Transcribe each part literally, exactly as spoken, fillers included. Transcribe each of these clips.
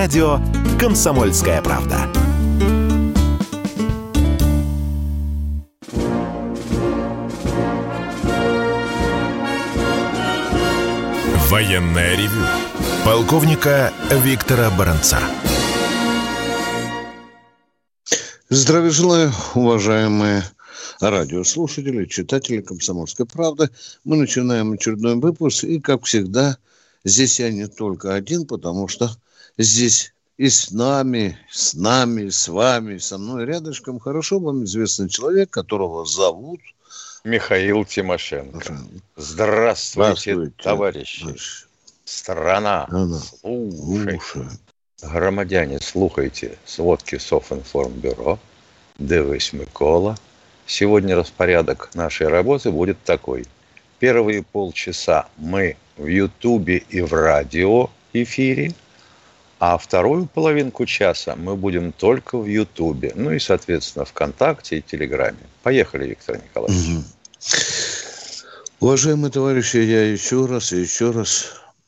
радио «Комсомольская правда». Военное ревю полковника Виктора Баранца. Здравия желаю, уважаемые радиослушатели, читатели «Комсомольской правды». Мы начинаем очередной выпуск, и, как всегда, здесь я не только один, потому что здесь и с нами, с нами, с вами, со мной рядышком хорошо вам известный человек, которого зовут Михаил Тимошенко. Здравствуйте, Здравствуйте товарищи. Наш... Страна, Она. слушай. Громадяне, слухайте сводки Софинформбюро. Дивись, Микола. Сегодня распорядок нашей работы будет такой. Первые полчаса мы в Ютубе и в радио эфире, а вторую половинку часа мы будем только в Ютубе. Ну и, соответственно, ВКонтакте и Телеграме. Поехали, Виктор Николаевич. Угу. Уважаемые товарищи, я еще раз и еще раз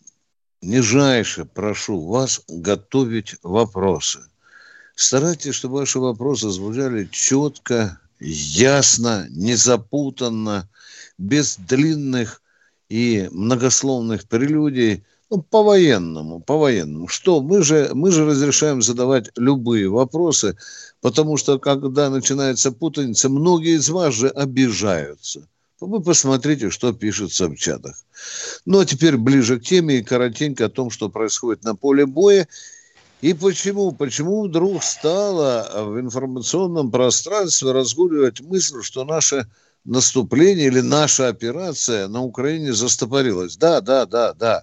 нижайше прошу вас готовить вопросы. Старайтесь, чтобы ваши вопросы звучали четко, ясно, незапутанно, без длинных и многословных прелюдий. Ну, по-военному, по-военному. Что? Мы же, мы же разрешаем задавать любые вопросы, потому что, когда начинается путаница, многие из вас же обижаются. Вы посмотрите, что пишется в чатах. Ну, а теперь ближе к теме и коротенько о том, что происходит на поле боя. И почему? Почему вдруг стало в информационном пространстве разгуливать мысль, что наше наступление или наша операция на Украине застопорилась? Да, да, да, да.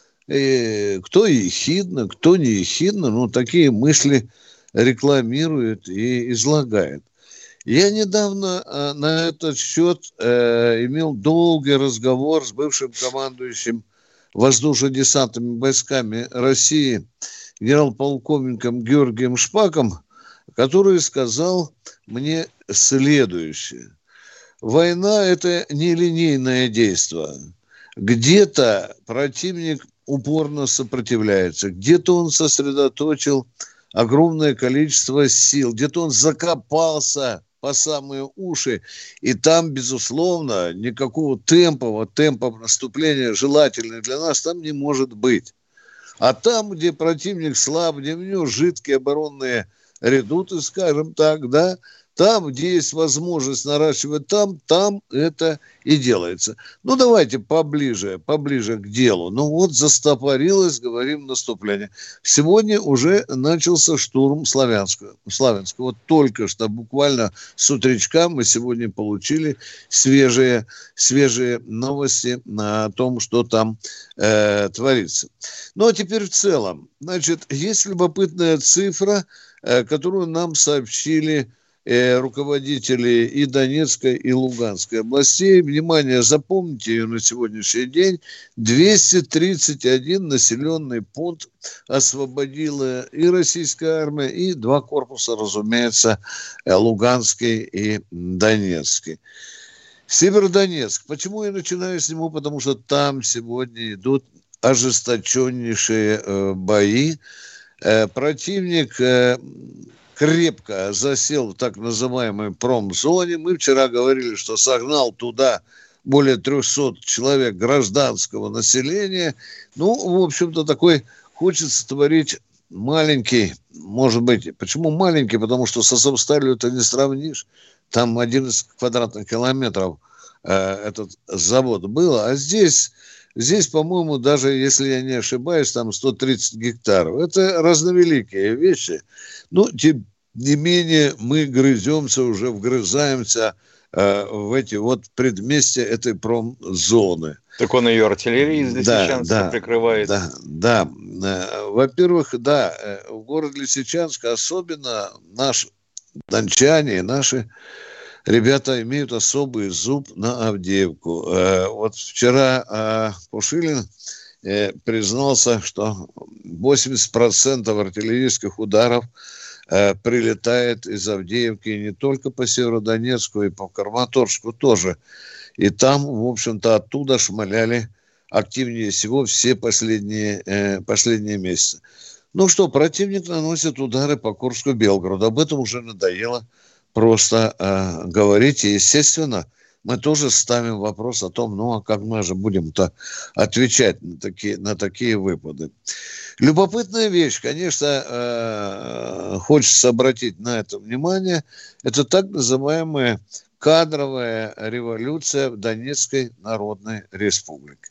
И кто ехидно, кто не ехидно, ну, такие мысли рекламирует и излагает. Я недавно э, на этот счет э, имел долгий разговор с бывшим командующим воздушно-десантными войсками России генерал-полковником Георгием Шпаком, который сказал мне следующее. Война – это нелинейное действие. Где-то противник упорно сопротивляется, где-то он сосредоточил огромное количество сил, где-то он закопался по самые уши, и там, безусловно, никакого темпового темпа наступления, желательного для нас, там не может быть. А там, где противник слаб, где у него жидкие оборонные редуты, скажем так, да, там, где есть возможность наращивать, там, там это и делается. Ну, давайте поближе, поближе к делу. Ну, вот застопорилось, говорим, наступление. Сегодня уже начался штурм Славянска. Славянска. Вот только что, буквально с утречка мы сегодня получили свежие, свежие новости о том, что там э, творится. Ну, а теперь в целом. Значит, есть любопытная цифра, э, которую нам сообщили руководители и Донецкой, и Луганской областей. Внимание, запомните ее на сегодняшний день. двести тридцать один населенный пункт освободила и российская армия, и два корпуса, разумеется, Луганский и Донецкий. Северодонецк. Почему я начинаю с него? Потому что там сегодня идут ожесточеннейшие э, бои. Э, противник... Э, крепко засел в так называемой промзоне. Мы вчера говорили, что согнал туда более триста человек гражданского населения. Ну, в общем-то, такой хочется творить маленький, может быть. Почему маленький? Потому что с Азовсталью это не сравнишь. Там одиннадцать квадратных километров э, этот завод был. А здесь... Здесь, по-моему, даже, если я не ошибаюсь, там сто тридцать гектаров. Это разновеликие вещи. Ну, тем не менее, мы грыземся, уже вгрызаемся э, в эти вот предместья этой промзоны. Так он ее артиллерией из Лисичанска да, да, прикрывает. Да, да. Во-первых, да, в городе Лисичанск особенно наши дончане, наши ребята имеют особый зуб на Авдеевку. Вот вчера Пушилин признался, что восемьдесят процентов артиллерийских ударов прилетает из Авдеевки не только по Северодонецку, и по Краматорску тоже. И там, в общем-то, оттуда шмаляли активнее всего все последние, последние месяцы. Ну что, противник наносит удары по Курску, Белгороду. Об этом уже надоело просто э, говорить. И, естественно, мы тоже ставим вопрос о том, ну а как мы же будем-то отвечать на такие, на такие выпады. Любопытная вещь, конечно, э, хочется обратить на это внимание, это так называемая кадровая революция в Донецкой Народной Республике.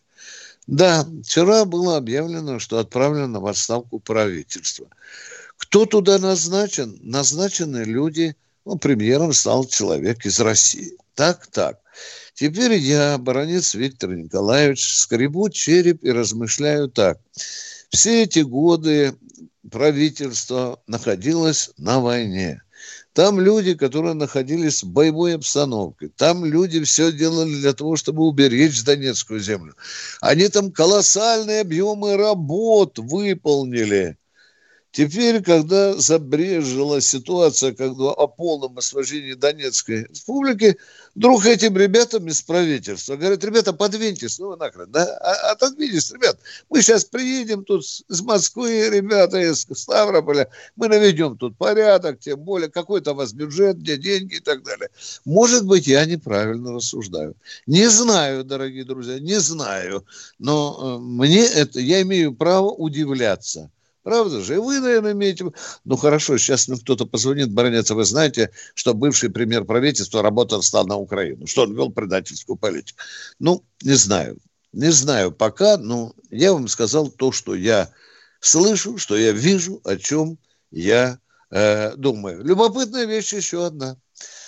Да, вчера было объявлено, что отправлено в отставку правительство. Кто туда назначен? Назначены люди, ну, премьером стал человек из России. Так, так. Теперь я, баронец Виктор Николаевич, скребу череп и размышляю так. Все эти годы правительство находилось на войне. Там люди, которые находились в боевой обстановке. Там люди все делали для того, чтобы уберечь Донецкую землю. Они там колоссальные объемы работ выполнили. Теперь, когда забрежила ситуация когда о полном освобождении Донецкой республики, вдруг этим ребятам из правительства говорят, ребята, подвиньтесь, ну вы нахрен, да, а, отодвиньтесь, ребят, мы сейчас приедем тут из Москвы, ребята из Ставрополя, мы наведем тут порядок, тем более какой-то у вас бюджет, где деньги и так далее. Может быть, я неправильно рассуждаю. Не знаю, дорогие друзья, не знаю, но мне это, я имею право удивляться. Правда же? И вы, наверное, имеете... Ну, хорошо, сейчас нам кто-то позвонит, баронец, вы знаете, что бывший премьер правительства работал, стал на Украину, что он вел предательскую политику. Ну, не знаю. Не знаю пока, но я вам сказал то, что я слышу, что я вижу, о чем я э, думаю. Любопытная вещь еще одна.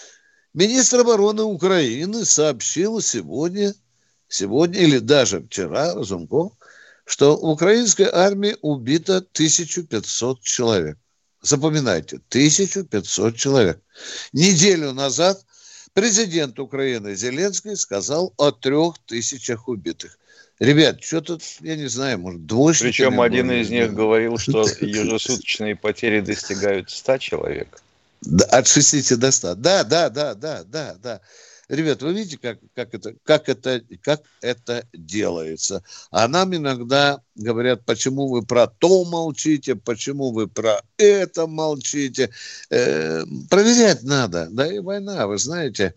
Министр обороны Украины сообщил сегодня, сегодня или даже вчера, Разумков, что в украинской армии убито тысяча пятьсот человек. Запоминайте, тысяча пятьсот человек. Неделю назад президент Украины Зеленский сказал о трех тысячах убитых. Ребят, что-то, я не знаю, может, двоечниками... Причем один были, из них да. говорил, что ежесуточные потери достигают ста человек. От шестидесяти до ста. Да, да, да, да, да, да. Ребят, вы видите, как, как, это, как, это, как это делается? А нам иногда говорят, почему вы про то молчите, почему вы про это молчите. Э, проверять надо. Да и война, вы знаете,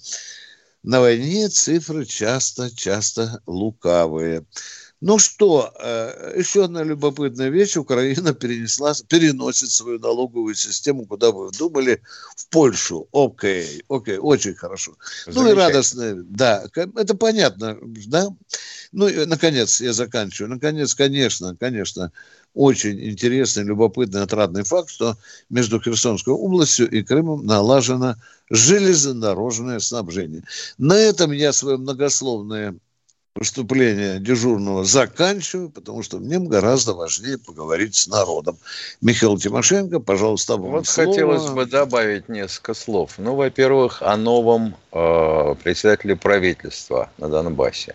на войне цифры часто-часто лукавые. Ну что, еще одна любопытная вещь. Украина перенесла, переносит свою налоговую систему, куда вы думали, в Польшу. Окей, окей, очень хорошо. Ну и радостно, да, это понятно, да. Ну и, наконец, я заканчиваю. Наконец, конечно, конечно, очень интересный, любопытный, отрадный факт, что между Херсонской областью и Крымом налажено железнодорожное снабжение. На этом я свое многословное выступление дежурного заканчиваю, потому что мне гораздо важнее поговорить с народом. Михаил Тимошенко, пожалуйста, вам Вот слово. хотелось бы добавить несколько слов. Ну, во-первых, о новом э, председателе правительства на Донбассе.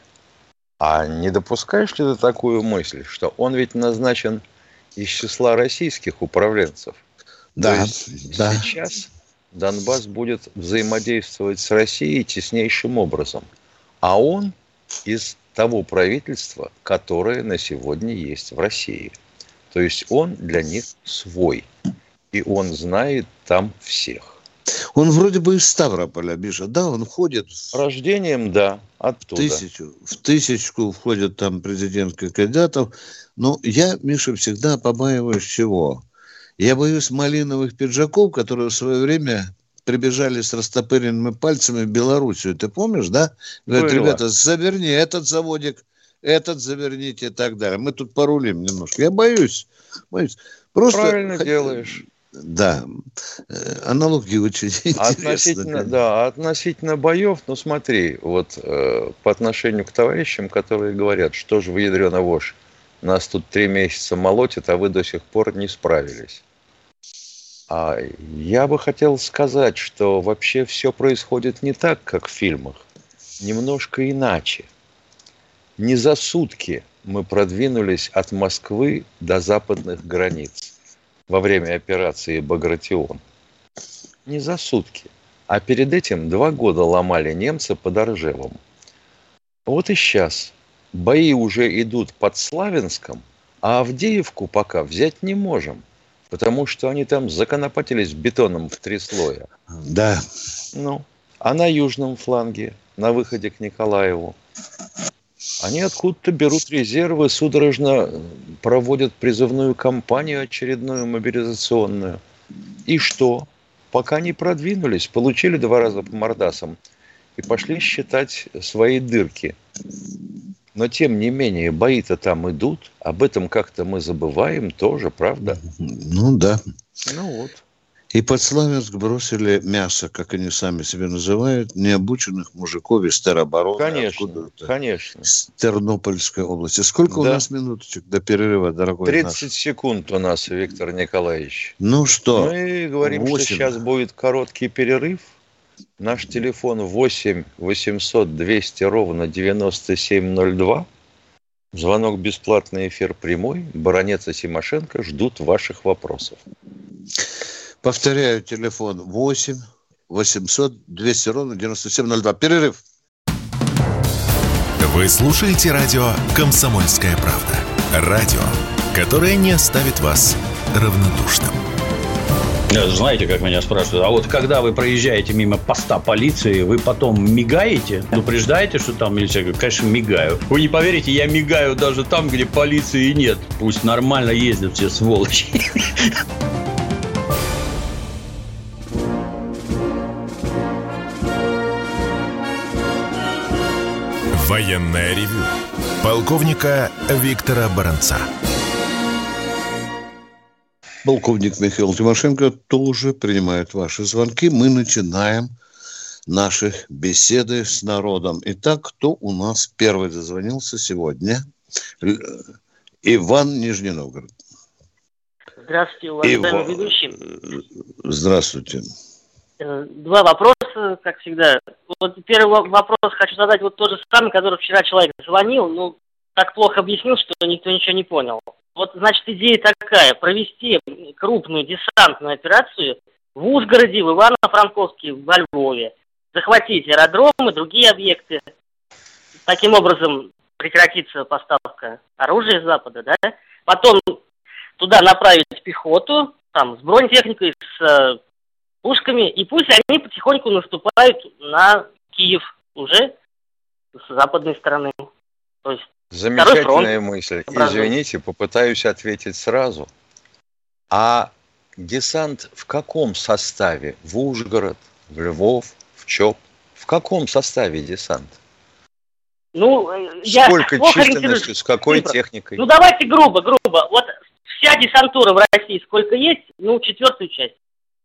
А не допускаешь ли ты такую мысль, что он ведь назначен из числа российских управленцев? Да, То есть да. сейчас Донбасс будет взаимодействовать с Россией теснейшим образом. А он из того правительства, которое на сегодня есть в России. То есть он для них свой. И он знает там всех. Он вроде бы из Ставрополя, Миша, да, он входит... Рождением, да, оттуда. В тысячу, в тысячку входят там президентских кандидатов. Но я, Миша, всегда побаиваюсь чего? Я боюсь малиновых пиджаков, которые в свое время... прибежали с растопыренными пальцами в Белоруссию. Ты помнишь, да? Говорят, Было. ребята, заверни этот заводик, этот заверните и так далее. Мы тут порулим немножко. Я боюсь. боюсь. Просто Правильно хот... делаешь. Да. Аналогии очень Относительно, интересны. да, относительно боев, ну смотри, вот э, по отношению к товарищам, которые говорят, что же вы, ядрёна вошь, нас тут три месяца молотят, а вы до сих пор не справились. А я бы хотел сказать, что вообще все происходит не так, как в фильмах, немножко иначе. Не за сутки мы продвинулись от Москвы до западных границ во время операции «Багратион». Не за сутки. А перед этим два года ломали немцы под Ржевом. Вот и сейчас бои уже идут под Славянском, а Авдеевку пока взять не можем. Потому что они там законопатились бетоном в три слоя. Да. Ну, а на южном фланге, на выходе к Николаеву, они откуда-то берут резервы, судорожно проводят призывную кампанию очередную мобилизационную. И что? Пока не продвинулись, получили два раза по мордасам и пошли считать свои дырки. Но, тем не менее, бои-то там идут. Об этом как-то мы забываем тоже, правда? Ну, да. Ну, вот. И под Славянск бросили мясо, как они сами себя называют, необученных мужиков из теробороны. Конечно, конечно. С Тернопольской области. Сколько да. у нас минуточек до перерыва, дорогой тридцать наш? секунд у нас, Виктор Николаевич. Ну что? Мы говорим, восемь что сейчас будет короткий перерыв. Наш телефон восемь восемьсот двести ровно девяносто семь ноль два. Звонок бесплатный, эфир прямой. Баронец и Тимошенко ждут ваших вопросов. Повторяю, телефон восемь восемьсот двести ровно девяносто семь ноль два. Перерыв. Вы слушаете радио «Комсомольская правда». Радио, которое не оставит вас равнодушным. Знаете, как меня спрашивают, а вот когда вы проезжаете мимо поста полиции, вы потом мигаете? Предупреждаете, что там милиция? Я говорю, конечно, мигаю. Вы не поверите, я мигаю даже там, где полиции нет. Пусть нормально ездят все сволочи. Военное ревю полковника Виктора Баранца. Полковник Михаил Тимошенко тоже принимает ваши звонки. Мы начинаем наши беседы с народом. Итак, кто у нас первый дозвонился сегодня? Иван, Нижний Новгород. Здравствуйте, уважаемый Иван... ведущий. Здравствуйте. Два вопроса, как всегда. Вот первый вопрос хочу задать вот тот же самый, который вчера человек звонил, но так плохо объяснил, что никто ничего не понял. Вот, значит, идея такая, провести крупную десантную операцию в Ужгороде, в Ивано-Франковске, во Львове, захватить аэродромы, другие объекты. Таким образом прекратится поставка оружия с Запада, да? Потом туда направить пехоту, там, с бронетехникой, с пушками, и пусть они потихоньку наступают на Киев уже с западной стороны. То есть замечательная мысль. Извините, попытаюсь ответить сразу. А десант в каком составе? В Ужгород, в Львов, в ЧОП? В каком составе десант? Ну, я сколько численностью, с какой цифра. Техникой? Ну, давайте грубо, грубо. Вот вся десантура в России сколько есть? Ну, четвертую часть.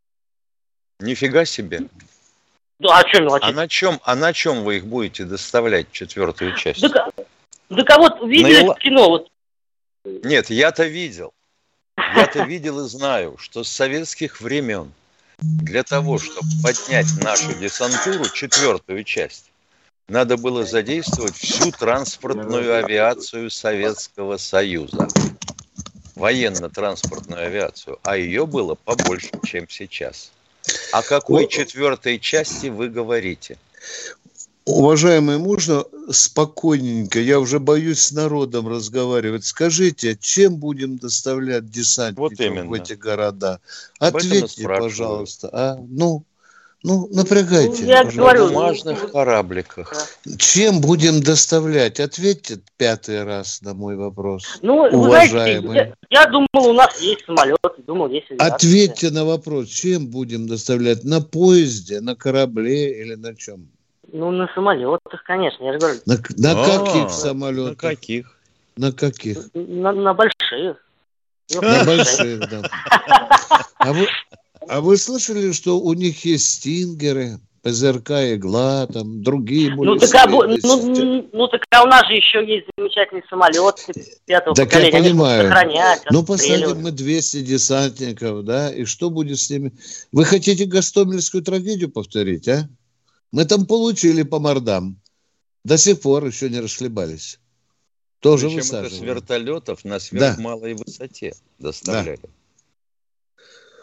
Нифига себе. Да, а, что, а на чем, а на чем вы их будете доставлять, четвертую часть? Да, да кого-то видели на... в кино? Вот. Нет, я-то видел. Я-то видел и знаю, что с советских времен для того, чтобы поднять нашу десантуру, четвертую часть, надо было задействовать всю транспортную авиацию Советского Союза. Военно-транспортную авиацию. А ее было побольше, чем сейчас. О какой четвертой части вы говорите? Уважаемые, можно спокойненько? Я уже боюсь с народом разговаривать. Скажите, чем будем доставлять десантников вот в эти города? Ответьте, пожалуйста. А? Ну, ну, напрягайте. Я говорю, на бумажных корабликах. Чем будем доставлять? Ответьте пятый раз на мой вопрос. Ну, уважаемые. Знаете, я, я думал, у нас есть самолет, думал, есть авиация. Ответьте на вопрос, чем будем доставлять? На поезде, на корабле или на чем? Ну, на самолетах, конечно, я же говорю. На, на каких самолетах? На каких? На каких? На, на больших. На больших, да. А вы, а вы слышали, что у них есть стингеры, ПЗРК «Игла», там, другие более... Ну, так, а, ну, ну, так а у нас же еще есть замечательный самолет пятого так поколения. Я понимаю. Сохранять, ну, посадим мы двести десантников, да, и что будет с ними? Вы хотите гастомельскую трагедию повторить, а? Мы там получили по мордам. До сих пор еще не расхлебались. Тоже причем высаживали. Это с вертолетов на сверхмалой да. высоте доставляли. Да.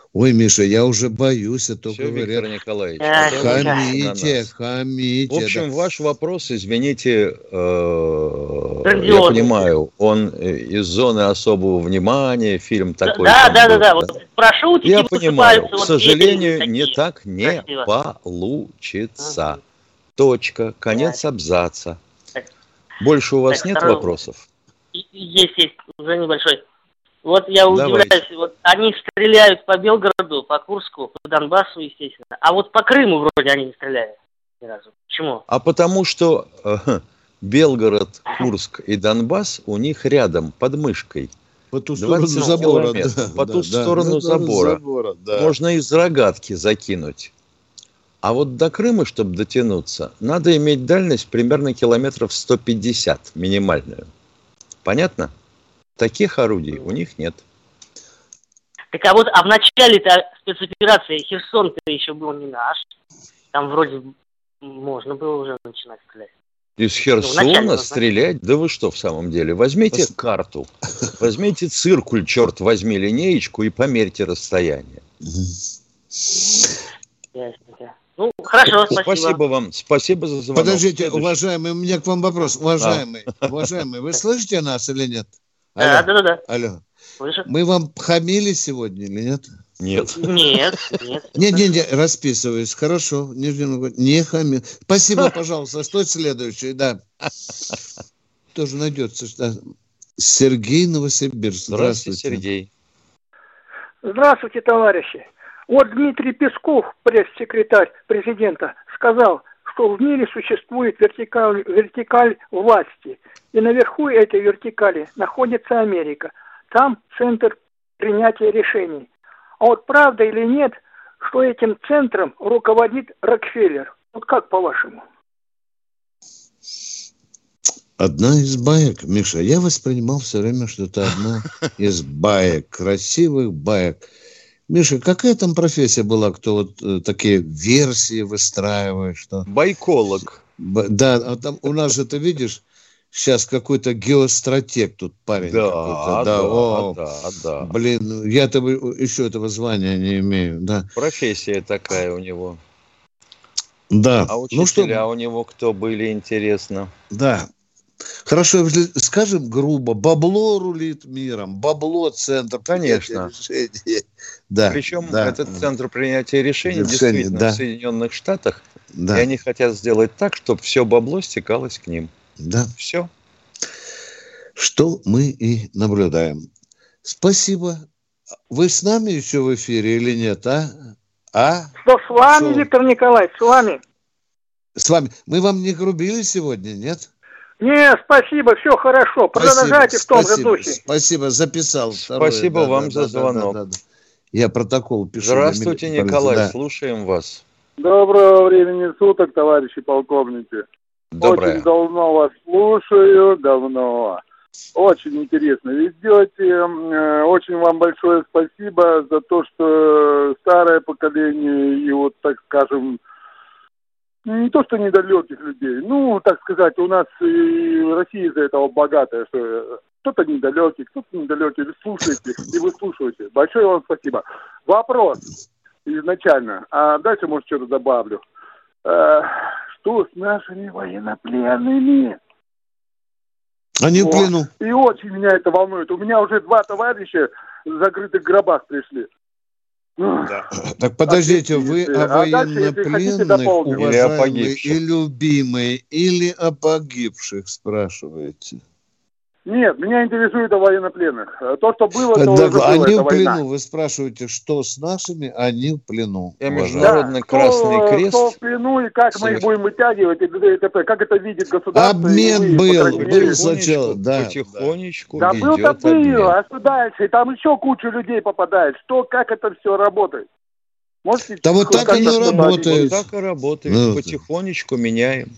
Ой, Миша, я уже боюсь, а то Все, говорят. Виктор Николаевич. А, Хамите, хамите. В общем, да. ваш вопрос, извините, э, я Грандиозный. понимаю, он из зоны особого внимания, фильм такой. Да, там да, да, был, да. Вот про шутики Я понимаю, высыпаются к вот сожалению, дети не такие. так не Красиво. получится. Ага. Точка, конец абзаца. Больше у вас Так, нет второй- вопросов? И- Есть, есть, уже небольшой. Вот я Давайте. удивляюсь, вот они стреляют по Белгороду, по Курску, по Донбассу, естественно. А вот по Крыму вроде они не стреляют ни разу. Почему? А потому что э, Белгород, Курск и Донбасс у них рядом, под мышкой. По ту сторону двадцать забора. километров, Да, по да, ту да, сторону да, забора. забора, да. Можно из рогатки закинуть. А вот до Крыма, чтобы дотянуться, надо иметь дальность примерно километров сто пятьдесят, минимальную. Понятно? Таких орудий у них нет. Так а вот, а в начале-то спецоперации Херсон-то еще был не наш. Там вроде можно было уже начинать стрелять. Из вначале Херсона нужно. стрелять? Да вы что в самом деле? Возьмите Пос- карту, возьмите циркуль, черт возьми, линеечку и померьте расстояние. Ясненько. Ну, хорошо, спасибо. Спасибо вам, спасибо за звонок. Подождите, Следующий. уважаемый, у меня к вам вопрос. Уважаемый, уважаемый, вы слышите нас или нет? Да, Алло, да, да, да. алло. Слышишь? Мы вам хамили сегодня или нет? Нет. Нет, нет. Не, не, не, расписываюсь. Хорошо, Нижний Новгород. Не хамил. Спасибо, пожалуйста. Что следующее? Да. Тоже найдется. Да. Сергей Новосибирск. Здравствуйте, Сергей. Здравствуйте, товарищи. Вот Дмитрий Песков, пресс-секретарь президента, сказал, что в мире существует вертикаль, вертикаль власти. И наверху этой вертикали находится Америка. Там центр принятия решений. А вот правда или нет, что этим центром руководит Рокфеллер? Вот как по-вашему? Одна из баек, Миша, я воспринимал все время, что это одна из баек, красивых баек. Миша, какая там профессия была, кто вот э, такие версии выстраивает? Что... Байколог. Б- Да, а там у нас же, ты видишь, сейчас какой-то геостратег тут парень Да, какой-то. да, о, да, да. Блин, ну, я-то бы еще этого звания не имею, да. Профессия такая у него. Да, А ну что, учителя у него кто были, интересно? да. Хорошо, если скажем грубо, бабло рулит миром, бабло центр Конечно. принятия решений. Да, Причем да, этот центр принятия решений Решений, действительно да. в Соединенных Штатах, да, и они хотят сделать так, чтобы все бабло стекалось к ним. да. Все. Что мы и наблюдаем. Спасибо. Вы с нами еще в эфире или нет, а? А? Что с вами, Что? Виктор Николаевич, с вами? С вами. Мы вам не грубили сегодня, нет? Не, спасибо, все хорошо. Продолжайте в том же спасибо, духе. Спасибо, записал. Второе. Спасибо Да, вам да, за да, звонок. да, да, да. Я протокол пишу. Здравствуйте, для милиции. Николай, Да. слушаем вас. Доброго времени суток, товарищи полковники. Доброе. Очень давно вас слушаю, давно. Очень интересно ведете. Э, Очень вам большое спасибо за то, что старое поколение и вот, так скажем, не то что недалеких людей, ну, так сказать, у нас и Россия из-за этого богатая, что кто-то недалекий, кто-то недалекий, вы слушаете и вы слушаете. Большое вам спасибо. Вопрос изначально, а дальше, может, что-то добавлю. Э, Что с нашими военнопленными? Они в Вот. плену. И очень меня это волнует. У меня уже два товарища в закрытых гробах пришли. Так подождите, вы Ответите. о А дальше, если хотите, военнопленных, дополним. Или о уважаемые погибших. и любимые, или о погибших спрашиваете? Нет, меня интересует о военнопленных. То, что было, то Да, уже было, они это в плену. война. Вы спрашиваете, что с нашими, они в плену. Я уважаемые. международный Красный кто, Крест. кто в плену и как мы их будем вытягивать, и т.д. и т.п. Как это видит государство. Обмен и вы, был, по крайней был мере. сначала, да. Потихонечку Да был-то идет был, обмен. а что дальше? И там еще куча людей попадает. Что, как это все работает? Можете Да вот хоть так оно как-то работает. Вот так и работает. Ну, Потихонечку меняем.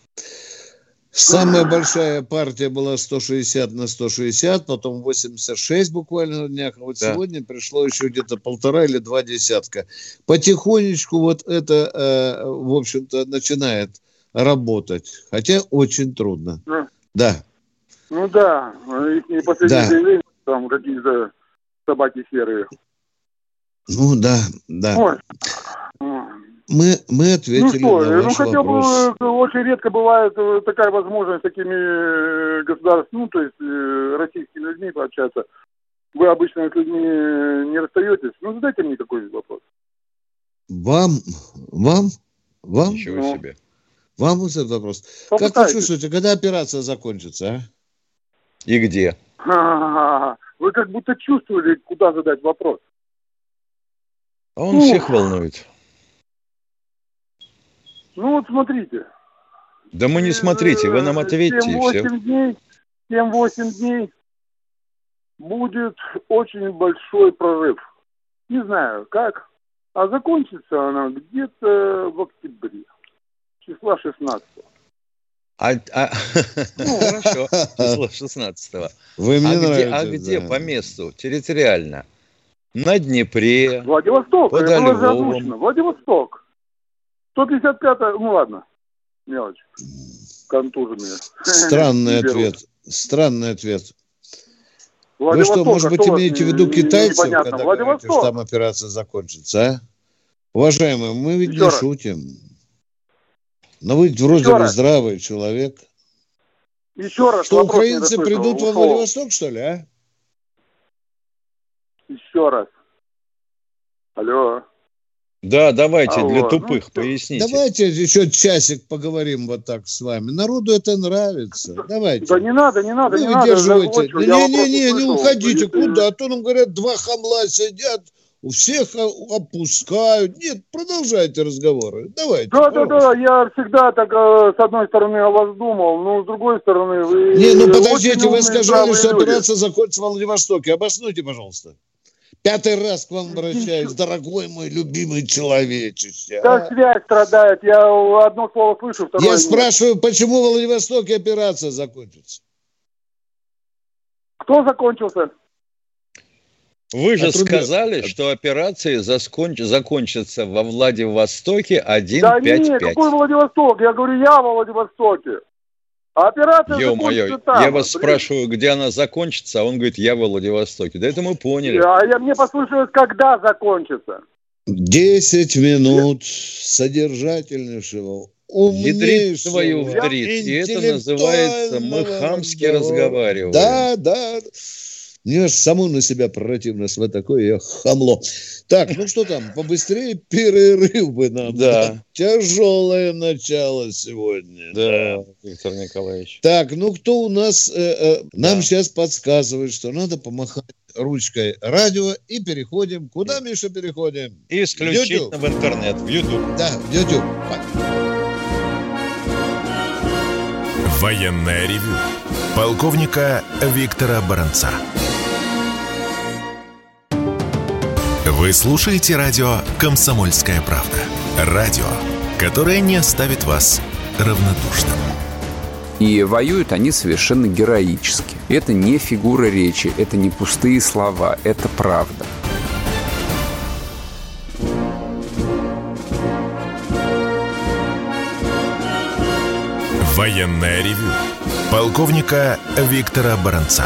Самая большая партия была сто шестьдесят на сто шестьдесят, потом восемьдесят шесть буквально на днях. Вот Да. сегодня пришло еще где-то полтора или два десятка. Потихонечку вот это, э, в общем-то, начинает работать. Хотя очень трудно. Да. Да. Ну да, их не последние Да. заявления, там какие-то собаки серые. Ну да, да. Ой. Мы, мы ответили ну, что, на ваш ну, хотя вопрос. бы очень редко бывает такая возможность с такими государствами, ну, то есть российскими людьми пообщаться. Вы обычно с людьми не расстаетесь. Ну, задайте мне какой-нибудь вопрос. Вам, вам, вам? Ничего ну, себе. Вам вот этот вопрос. Попытайтесь. Как вы чувствуете, когда операция закончится, а? И где? Ха-ха-ха. Вы как будто чувствовали, куда задать вопрос. А он Ух. всех волнует. Ну вот смотрите. Да мы не смотрите, вы нам ответьте и все. семь-восемь дней, семь-восемь дней будет очень большой прорыв. Не знаю как, а закончится она где-то в октябре, числа шестнадцатого. А, а... Ну, хорошо, число шестнадцатого. Вы мне а где, нравитесь, а где да. по месту, территориально? На Днепре, Владивосток, под это было же Львовом. озвучено. Владивосток. сто пятьдесят пятая, ну ладно, мелочь. Контуженные. Странный Не берут. ответ. Странный ответ. Вы Владивосток, что, может а быть, что у вас имеете в не- виду не- китайцев, непонятно? когда говорите, что Владивосток. там операция закончится, а? Уважаемые, мы ведь Еще не раз. шутим. Но вы ведь вроде Еще бы раз. здравый человек. Еще раз Что, вопрос не украинцы расслышал. придут во Ушел. Владивосток, что ли, а? Еще раз. Алло. Да, давайте, Алло, для ну тупых всё. поясните. Давайте еще часик поговорим вот так с вами. Народу это нравится. Давайте. Да не надо, не надо, Вы не надо. выдерживаете. закончу. Я вопрос Не-не-не, не услышал. уходите. Если- Куда? А то нам говорят, два хамла сидят, у всех о- опускают. Нет, продолжайте разговоры. Давайте. Да, да, пожалуйста. да, я всегда так, э, с одной стороны, о вас думал, но с другой стороны, вы... Не, ну очень подождите, вы умные, сказали, бравые что люди. операция закончится в Владивостоке. Обоснуйте, пожалуйста. Пятый раз к вам обращаюсь, дорогой мой любимый человечище. Да, а? связь страдает, я одно слово слышу, второе Я нет. спрашиваю, почему в Владивостоке операция закончится? Кто закончился? Вы же Отрубил. сказали, что операции засконч- закончатся во Владивостоке один Да пять нет, пять. какой Владивосток? Я говорю, я во Владивостоке. А операция Ё-моё, закончится там. я вас блин. спрашиваю, где она закончится, а он говорит, я во Владивостоке. Да это мы поняли. А я, мне послышалось, когда закончится. Десять минут содержательнейшего, Ядрит твою умнейшего, вдрит. И это называется мы интеллектуального хамски разговора. разговариваем. Да, да. Мне аж саму на себя противно, с вот такое я хамло. Так, ну что там, побыстрее перерыв бы надо. Да. Тяжелое начало сегодня. Да, Виктор Николаевич. Так, ну кто у нас? э, э, нам Да. сейчас подсказывает, что надо помахать ручкой радио и переходим. Куда, Миша, переходим? Исключительно YouTube. в интернет, в YouTube. Да, в YouTube. Военное ревю полковника Виктора Баранца. Вы слушаете радио «Комсомольская правда». Радио, которое не оставит вас равнодушным. И воюют они совершенно героически. Это не фигура речи, это не пустые слова, это правда. Военное ревю полковника Виктора Баранца.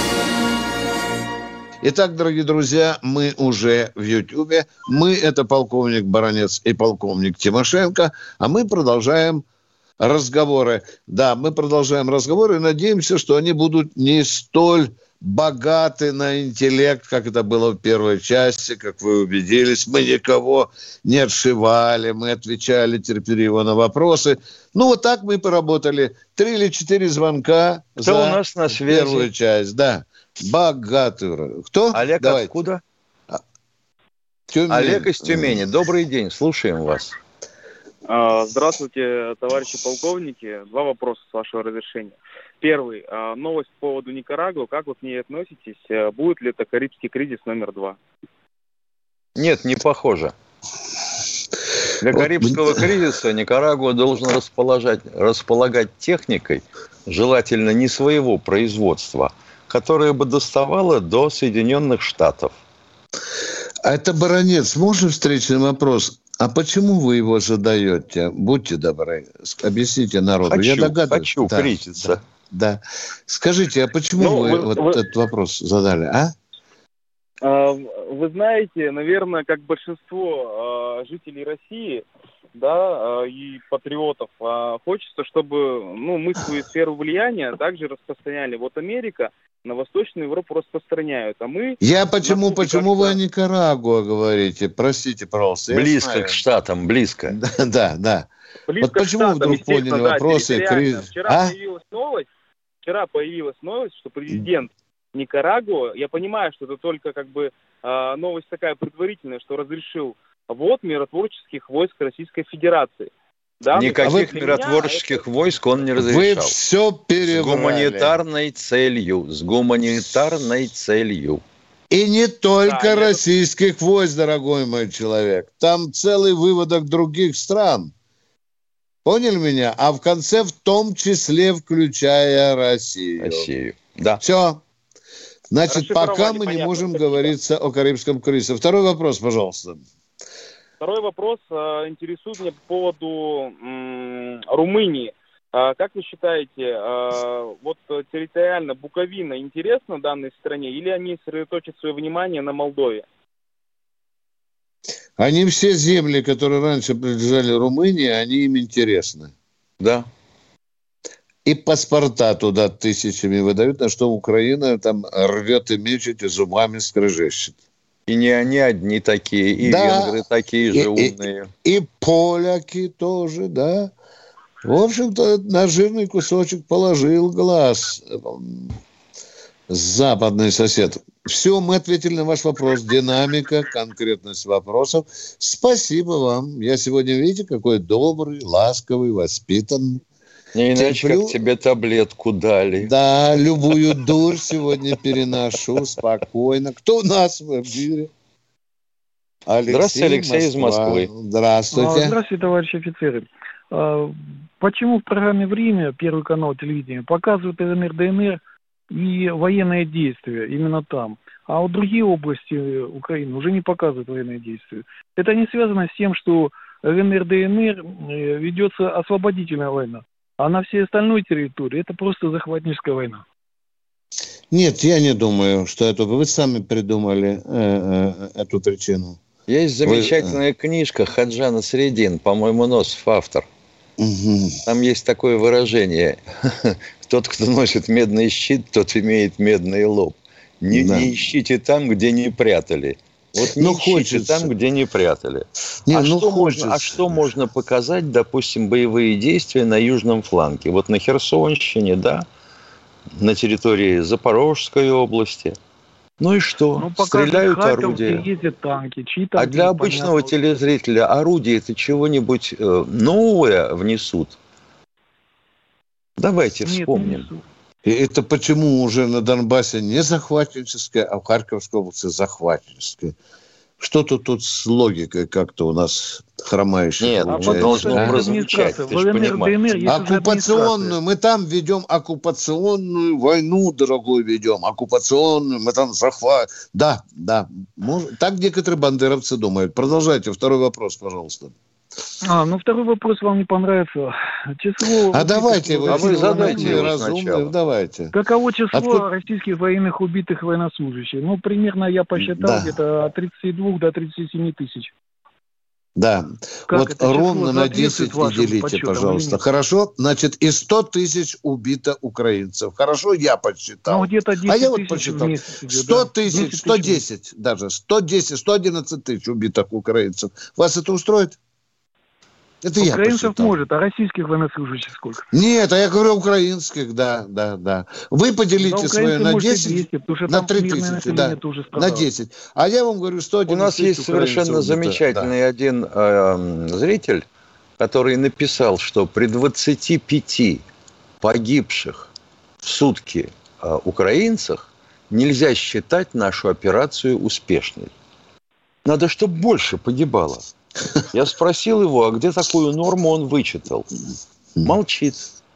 Итак, дорогие друзья, мы уже в Ютьюбе. Мы – это полковник Баранец и полковник Тимошенко, а мы продолжаем разговоры. Да, мы продолжаем разговоры и надеемся, что они будут не столь богаты на интеллект, как это было в первой части, как вы убедились. Мы никого не отшивали, мы отвечали терпеливо на вопросы. Ну, вот так мы поработали. Три или четыре звонка Кто за у нас на связи? первую часть. Да, богатый. Кто? Олег, Давайте. откуда? Тюмень. Олег из Тюмени. Добрый день, слушаем вас. Здравствуйте, товарищи полковники. Два вопроса, с вашего разрешения. Первый. Новость по поводу Никарагуа. Как вы к ней относитесь? Будет ли это Карибский кризис номер два? Нет, не похоже. Для Карибского кризиса Никарагуа должен располагать, располагать техникой, желательно не своего производства, которая бы доставала до Соединенных Штатов. А это, Баранец, можно встречный вопрос? А почему вы его задаете? Будьте добры, объясните народу. Хочу, Я догадываюсь. хочу да, кризиса. Да, да. Скажите, а почему Ну, вы, вы- вот вы- этот вопрос задали, а? Вы знаете, наверное, как большинство жителей России, да, и патриотов, хочется, чтобы, ну, мы свою сферу влияния также распространяли. Вот Америка на Восточную Европу распространяют, а мы... Я почему, на почему вы о Никарагуа говорите? Простите, пожалуйста. Близко к Штатам, близко. Да, да, да. Близко вот почему вы вдруг поняли да, вопросы? Кризис... Вчера, а? появилась новость, вчера появилась новость, что президент Никарагуа, я понимаю, что это только как бы э, новость такая предварительная, что разрешил ввод миротворческих войск Российской Федерации. Да, Никаких миротворческих это... войск он не разрешал. Вы все переврали. С гуманитарной целью. С гуманитарной целью. И не только да, российских это... войск, дорогой мой человек. Там целый выводок других стран. Поняли меня? А в конце в том числе включая Россию. Россию, да. Все. Значит, пока мы не можем говорить о Карибском кризисе. Второй вопрос, пожалуйста. Второй вопрос э, интересует меня по поводу м, Румынии. Э, как вы считаете, э, вот территориально Буковина интересна данной стране, или они сосредоточат свое внимание на Молдове? Они все земли, которые раньше принадлежали Румынии, они им интересны. Да. И паспорта туда тысячами выдают, на что Украина там рвет и мечет, и зубами скрежещет. И не они одни такие, и да, венгры такие же и, умные. И, и поляки тоже, да. В общем-то, на жирный кусочек положил глаз западный сосед. Все, мы ответили на ваш вопрос. Динамика, конкретность вопросов. Спасибо вам. Я сегодня, видите, какой добрый, ласковый, воспитанный. Не иначе, терплю... как тебе таблетку дали. Да, любую дурь сегодня переношу спокойно. Кто у нас в эфире? Алексей, Здравствуйте, Алексей из Москвы. Здравствуйте. Здравствуйте, товарищи офицеры. Почему в программе «Время», Первый канал телевидения, показывают ЛНР, ДНР и военные действия именно там, а вот другие области Украины уже не показывают военные действия? Это не связано с тем, что ЛНР, ДНР ведется освободительная война. А на всей остальной территории это просто захватническая война. Нет, я не думаю, что это... Вы сами придумали э, э, эту причину. Есть замечательная Вы... книжка Хаджана Средин, по-моему, Носов автор. Угу. Там есть такое выражение. Тот, кто носит медный щит, тот имеет медный лоб. Не, да. не ищите там, где не прятали. Вот не ну, ищите хочется. Там, где не прятали. Не, а, ну, что можно, а что можно показать, допустим, боевые действия на южном фланге? Вот на Херсонщине, да, на территории Запорожской области. Ну и что? Ну, стреляют Харьков, орудия. Ездят танки, а для обычного понятно. Телезрителя орудия это чего-нибудь э, новое внесут? Давайте Нет, вспомним. И это почему уже на Донбассе не захватническое, а в Харьковской области захватническое? Что-то тут с логикой как-то у нас хромающее. Нет, мы должны а? прозвучать, ты же понимаешь. Оккупационную, мы там ведем оккупационную войну, дорогой, ведем. Оккупационную, мы там захват. Да, да. Может, так некоторые бандеровцы думают. Продолжайте. Второй вопрос, пожалуйста. А, ну второй вопрос вам не понравится. Число... А давайте его. А вы задайте его разумные, давайте. Каково число Откуда... российских военных убитых военнослужащих? Ну, примерно я посчитал да. где-то от тридцати двух до тридцати семи тысяч. Да. Как вот ровно на десять и делите, подсчетам, пожалуйста. Хорошо? Значит, и сто тысяч убито украинцев. Хорошо? Я подсчитал. Ну, где-то десять а я вот посчитал. сто тысяч, сто десять даже. сто десять, сто одиннадцать тысяч убитых украинцев. Вас это устроит? Это украинцев может, а российских военнослужащих сколько? Нет, а я говорю украинских, да, да, да. Вы поделите свое на десять, двести, на три тысячи, да, на десять. А я вам говорю сто одиннадцать. У нас есть совершенно замечательный да. один э, зритель, который написал, что при двадцати пяти погибших в сутки э, украинцах нельзя считать нашу операцию успешной. Надо, чтобы больше погибало. Я спросил его, а где такую норму он вычитал? Молчит.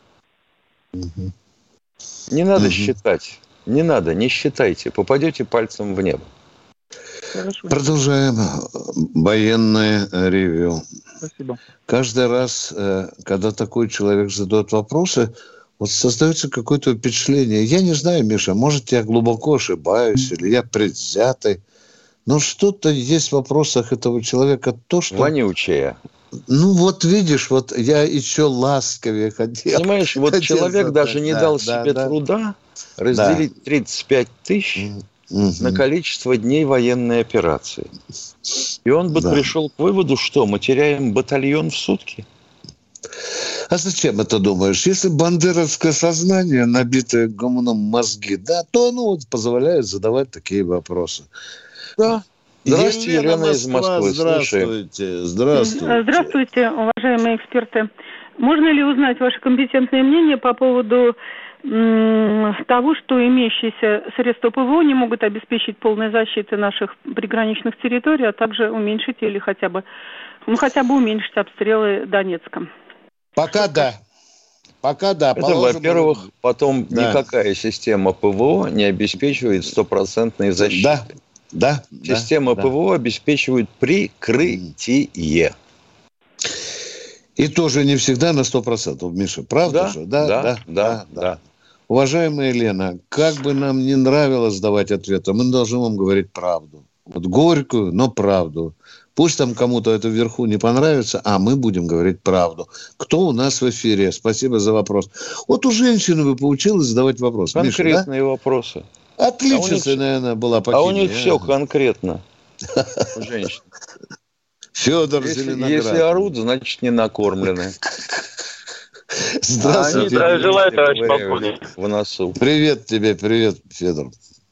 Не надо считать. Не надо, не считайте. Попадете пальцем в небо. Хорошо. Продолжаем военное ревью. Спасибо. Каждый раз, когда такой человек задает вопросы, вот создается какое-то впечатление. Я не знаю, Миша, может, я глубоко ошибаюсь, или я предвзятый. Но что-то есть в вопросах этого человека, то, что... Вонючее. Ну, вот видишь, вот я еще ласковее хотел. Понимаешь, вот хотел человек задать. даже не да, дал да, себе да. труда разделить да. тридцать пять тысяч угу. на количество дней военной операции. И он бы да. пришел к выводу, что мы теряем батальон в сутки. А зачем это думаешь? Если бандеровское сознание, набитое говном мозги, да, то оно вот позволяет задавать такие вопросы. Да. Здравствуйте, Елена, Елена из Москвы. Здравствуйте. Здравствуйте. Здравствуйте, уважаемые эксперты. Можно ли узнать ваше компетентное мнение по поводу м- того, что имеющиеся средства ПВО не могут обеспечить полной защиты наших приграничных территорий, а также уменьшить или хотя бы, ну, хотя бы уменьшить обстрелы Донецка? Пока да. Пока да. Это, во-первых, потом да. никакая система ПВО не обеспечивает стопроцентной защиты. Да. Да. Система да, ПВО да. обеспечивает прикрытие. И тоже не всегда на сто процентов, Миша. Правда да, же? Да, да, да, да, да. да. Уважаемая Елена, как бы нам не нравилось давать ответы, мы должны вам говорить правду. Вот горькую, но правду. Пусть там кому-то это вверху не понравится, а мы будем говорить правду. Кто у нас в эфире? Спасибо за вопрос. Вот у женщины вы поучилась задавать вопросы. Конкретные Миша, да? вопросы. Отлично, а наверное, была по А химии, у них а? все конкретно. У женщин. Федор если, Зеленоград. Если орут, значит не накормлены. Здравствуйте. А желаю, товарищ полковник. В носу. Привет тебе, привет, Федор.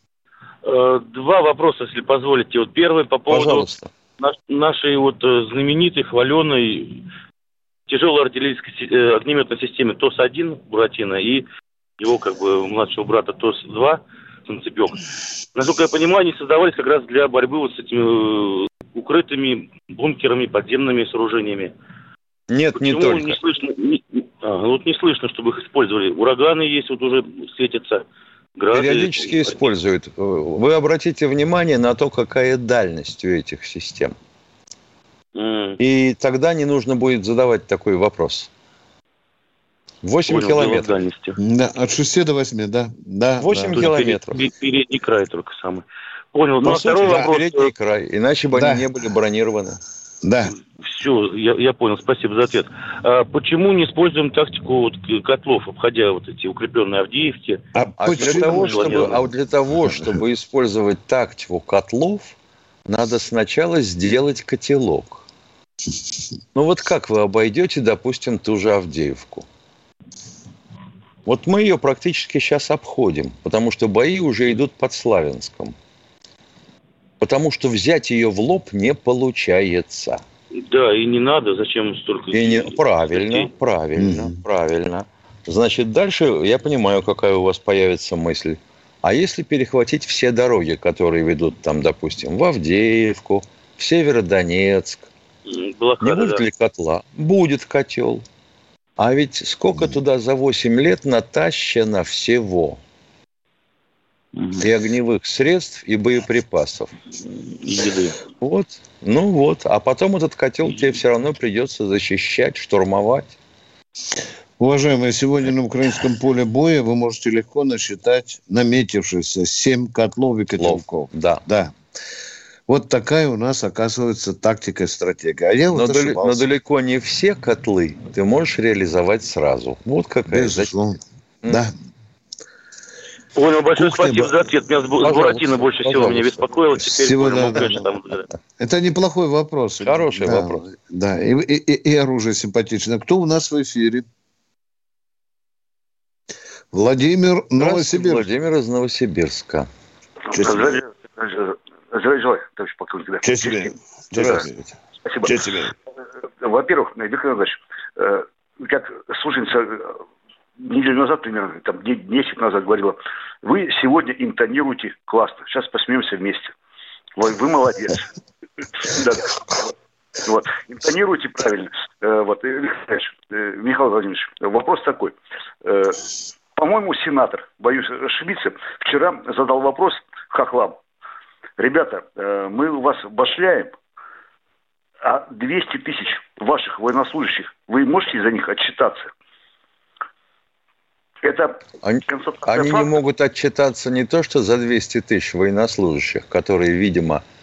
Два вопроса, если позволите. Вот первый по поводу Пожалуйста. нашей вот знаменитой, хваленой тяжелой артиллерийской огнеметной системы ТОС один Буратино и его как бы младшего брата ТОС два Санцепёк. Насколько я понимаю, они создавались как раз для борьбы вот с этими укрытыми бункерами, подземными сооружениями. Нет, Почему не только. Не слышно, не, а, вот не слышно, чтобы их использовали. Ураганы есть, вот уже светятся. Грады. Периодически используют. Вы обратите внимание на то, какая дальность у этих систем. Mm. И тогда не нужно будет задавать такой вопрос. восемь Понял, километров. Да, от шести до восьми, да. да восемь да. километров. Перед, передний край только самый. Понял. По ну, а сути, второй да, вопрос. Передний край. Иначе бы да. они не были бронированы. Да. Все, я, я понял, спасибо за ответ. А почему не используем тактику вот, котлов, обходя вот эти укрепленные Авдеевки? А, а, для того, чтобы, а для того, чтобы использовать тактику котлов, надо сначала сделать котелок. Ну вот как вы обойдете, допустим, ту же Авдеевку? Вот мы ее практически сейчас обходим, потому что бои уже идут под Славянском. Потому что взять ее в лоб не получается. Да, и не надо, зачем столько... И не... Правильно, правильно, mm-hmm. правильно. Значит, дальше я понимаю, какая у вас появится мысль. А если перехватить все дороги, которые ведут там, допустим, в Авдеевку, в Северодонецк, Блокада, не будет да. ли котла? Будет котел. А ведь сколько mm-hmm. туда за восемь лет натащено всего? И огневых средств, и боеприпасов. Еды. Вот, ну вот. А потом этот котел тебе все равно придется защищать, штурмовать. Уважаемые, сегодня на украинском поле боя вы можете легко насчитать наметившиеся семь котлов и котелков. Да. Да. Вот такая у нас, оказывается, тактика и стратегия. А я но, вот дали, но далеко не все котлы ты можешь реализовать сразу. Вот какая безусловно. Да. Понял, большое Кухня, спасибо за ответ. Меня с Буратино больше всего меня беспокоило. Теперь всего, понял, да, конечно, да. там... Это неплохой вопрос. Хороший да, вопрос. Да, и, и, и оружие симпатичное. Кто у нас в эфире? Владимир, Новосибирск. Владимир из Новосибирска. Здравия желаю, товарищ полковник. Да. Честь тебе. Здравствуйте. Спасибо. Честь тебе. Во-первых, Виктор Иванович, как слушательница неделю назад, примерно, там, десять назад говорила, вы сегодня интонируете классно. Сейчас посмеемся вместе. Вы, вы молодец. Вот. Интонируете правильно. Вот. Михаил Владимирович, вопрос такой. По-моему, сенатор, боюсь ошибиться, вчера задал вопрос хохлам. Ребята, мы вас башляем, а двести тысяч ваших военнослужащих, вы можете за них отчитаться? Это они, они не могут отчитаться не то, что за двести тысяч военнослужащих, которые, видимо,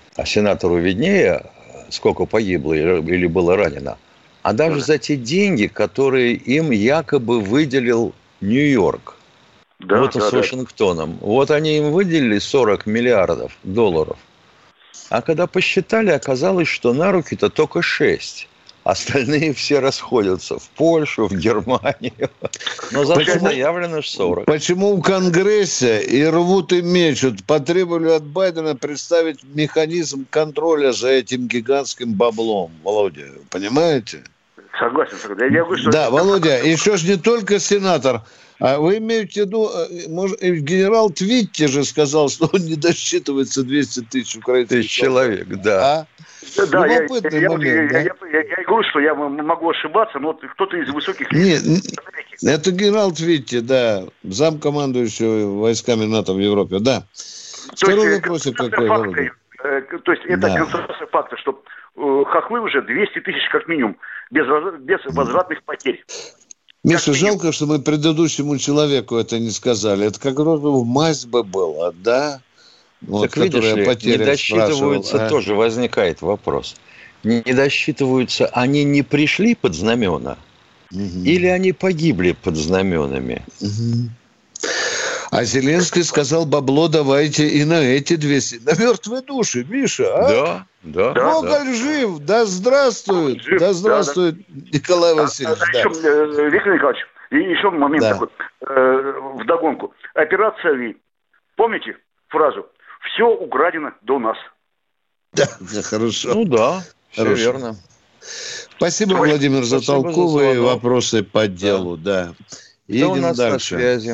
а сенатору виднее, сколько погибло или было ранено, а даже за те деньги, которые им якобы выделил Нью-Йорк. Да, вот да, с Вашингтоном. Да. Вот они им выделили сорок миллиардов долларов. А когда посчитали, оказалось, что на руки-то только шесть. Остальные все расходятся в Польшу, в Германию. Но зато почему, заявлено сорок. Почему в Конгрессе и рвут и мечут, потребовали от Байдена представить механизм контроля за этим гигантским баблом, Володя, понимаете? Согласен, согласен. Я говорю, что... Да, Володя, еще ж не только сенатор, а вы имеете в виду, может, генерал Твитти же сказал, что он не досчитывается двести тысяч украинских человек, да. А? Да, я, я, момент, я, да? Я, я, я говорю, что я могу ошибаться, но кто-то из высоких... Нет, это генерал Твитти, да, замкомандующего войсками НАТО в Европе, да. То Второй вопрос какой, Володя? То есть это да. констатация факта, что э, хохлы уже двести тысяч как минимум, без, без возвратных потерь. Миша, жалко, что мы предыдущему человеку это не сказали. Это как раз в мазь бы было, да? Вот, так видишь ли, не досчитываются, а? Тоже возникает вопрос. Не досчитываются, они не пришли под знамена? Угу. Или они погибли под знаменами? Угу. А Зеленский сказал, бабло давайте и на эти двести. На мертвые души, Миша, а? Да, да. Гоголь да. жив, да здравствует, жив, да здравствует да, да. Николай Васильевич. А, а, да. еще, Виктор Николаевич, и еще момент да. такой, э, вдогонку. Операция Ви. Помните фразу? Все украдено до нас. Да, да хорошо. Ну да, все хорошо. Верно. Спасибо, Владимир, за Спасибо толковые за вопросы по делу, да. да. Едем у нас дальше. На связи.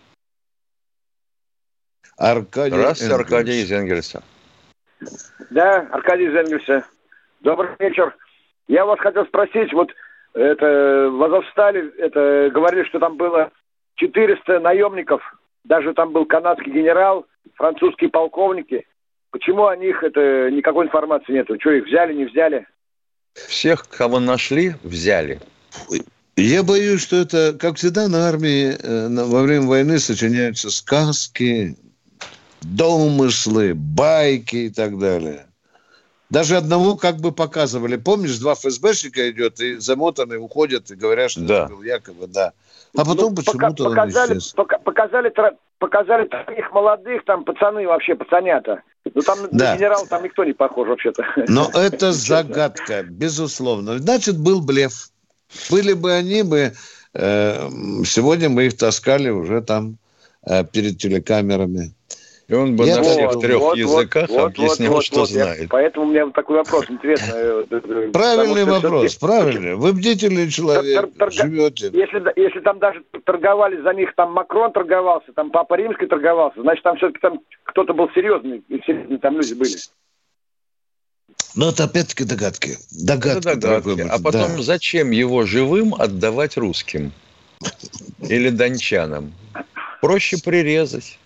Аркадий Здравствуйте, Энгельс. Аркадий из Энгельса. Да, Аркадий из Энгельса. Добрый вечер. Я вас хотел спросить, вот это в Азовстале это говорили, что там было четыреста наемников, даже там был канадский генерал, французские полковники. Почему о них это никакой информации нету? Что, их взяли, не взяли? Всех, кого нашли, взяли. Я боюсь, что это, как всегда, на армии во время войны сочиняются сказки, домыслы, байки и так далее. Даже одного как бы показывали. Помнишь, два ФСБшника идет и замотанные уходят и говорят, что да. это был якобы, да. А потом ну, почему-то пока, показали, он исчез. Пока, показали, показали таких молодых, там пацаны вообще, пацанята. Ну там да. на генерала там никто не похож вообще-то. Но это загадка, безусловно. Значит, был блеф. Были бы они бы, э, сегодня мы их таскали уже там э, перед телекамерами. И он бы я на всех вот, трех вот, языках вот, объяснил, вот, что вот, знает. Я, поэтому у меня вот такой вопрос интересный. Правильный вопрос, правильный. Вы бдительный человек, тор- тор- живете. Если, если там даже торговали за них, там Макрон торговался, там Папа Римский торговался, значит, там все-таки там кто-то был серьезный, и серьезные там люди были. Ну, это опять-таки догадки. Догадки. Это догадки. А потом, да. зачем его живым отдавать русским? Или дончанам? Проще прирезать.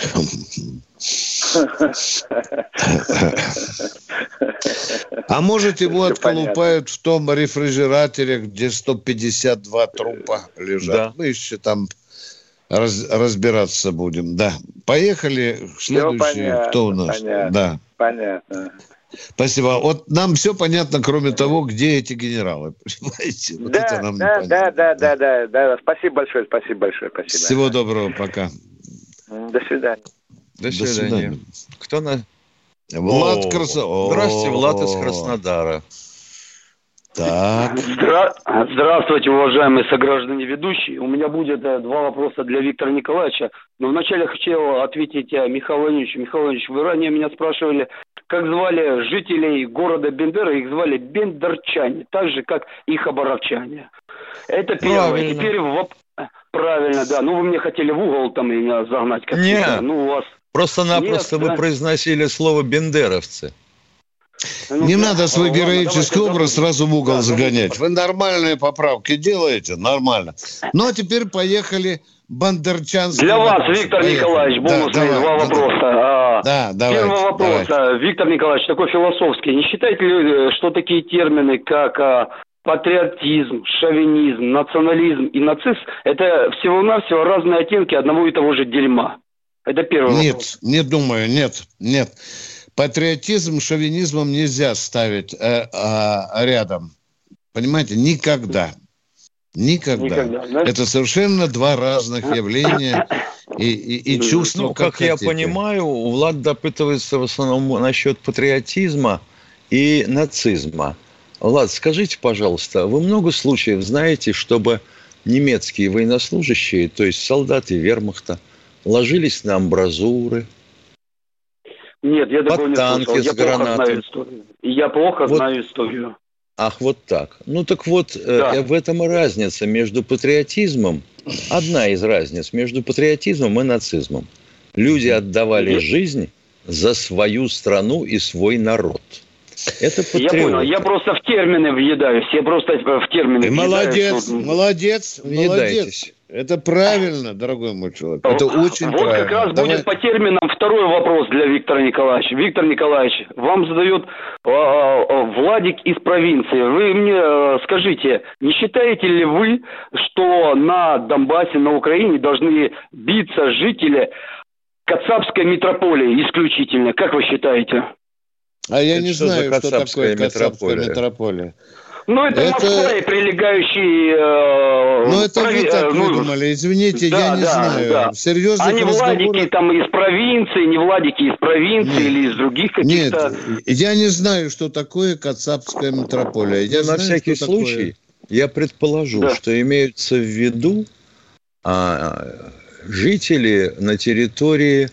А может, его отколупают в том рефрижераторе, где сто пятьдесят два трупа лежат. Да. Мы еще там раз, разбираться будем. Да. Поехали. Следующий. Понятно, кто у нас? Понятно. Да. Понятно. Спасибо. Вот нам все понятно, кроме того, где эти генералы. Понимаете? Вот да, это нам да, да, да, да, да, да. Спасибо большое, спасибо большое. Спасибо. Всего доброго, пока. До свидания. До свидания. До свидания. Кто на... Влад Краснодара. Здравствуйте, Влад из Краснодара. Так. Здра... Здравствуйте, уважаемые сограждане ведущие. У меня будет э, два вопроса для Виктора Николаевича. Но вначале хотел ответить э, Михаилу Владимировичу. Михаил Владимирович, вы ранее меня спрашивали, как звали жителей города Бендера. Их звали бендерчане, так же, как и хабаровчане. Это первое. Правильно. Теперь воп... Правильно, да. Ну, вы мне хотели в угол там меня загнать. Как Нет, ну, у вас... просто-напросто Нет, вы да? произносили слово «бендеровцы». Ну, не да, надо свой героический ладно, образ сразу в угол да, загонять. Вы нормальные поправки делаете, нормально. Ну, а теперь поехали бандерчанские. Для вас, Виктор поехали. Николаевич, бонусные да, давай, два вопроса. Да, да, давайте, Первый вопрос, давайте. Виктор Николаевич, такой философский. Не считаете ли, что такие термины, как а, патриотизм, шовинизм, национализм и нацизм, это всего-навсего разные оттенки одного и того же дерьма? Это первый нет, вопрос. Нет, не думаю, нет, нет. Патриотизм с шовинизмом нельзя ставить э, э, рядом. Понимаете? Никогда. Никогда. Никогда, да? Это совершенно два разных явления и, и, и чувства, ну, как, как я понимаю, Влад допытывается в основном насчет патриотизма и нацизма. Влад, скажите, пожалуйста, вы много случаев знаете, чтобы немецкие военнослужащие, то есть солдаты вермахта, ложились на амбразуры? Нет, я такого не слышал. Я плохо знаю историю. Я плохо вот. знаю историю. Ах, вот так. Ну так вот, да. э, в этом и разница между патриотизмом, одна из разниц между патриотизмом и нацизмом. Люди отдавали Нет. жизнь за свою страну и свой народ. Это патриоты. Я понял, я просто в термины въедаюсь, я просто в термины молодец, въедаюсь. Молодец, молодец, молодец. Это правильно, дорогой мой человек. Это очень вот правильно. Вот как раз Давай. будет по терминам второй вопрос для Виктора Николаевича. Виктор Николаевич, вам задает э, э, Владик из провинции. Вы мне э, скажите, не считаете ли вы, что на Донбассе, на Украине должны биться жители Кацапской метрополии исключительно? Как вы считаете? А я это не что знаю, что такое Кацапская метрополия. Ну, это, это... Москва и прилегающие... Э, ну, это прови... вы так ну, выдумали, извините, да, я не да, знаю. Да. Серьезных а не разговоров... Владики там из провинции, не Владики из провинции Нет. или из других каких-то... Нет, я не знаю, что такое Кацапская метрополия. Я ну, знаю, на всякий случай такое... я предположу, да. что имеются в виду а, жители на территории...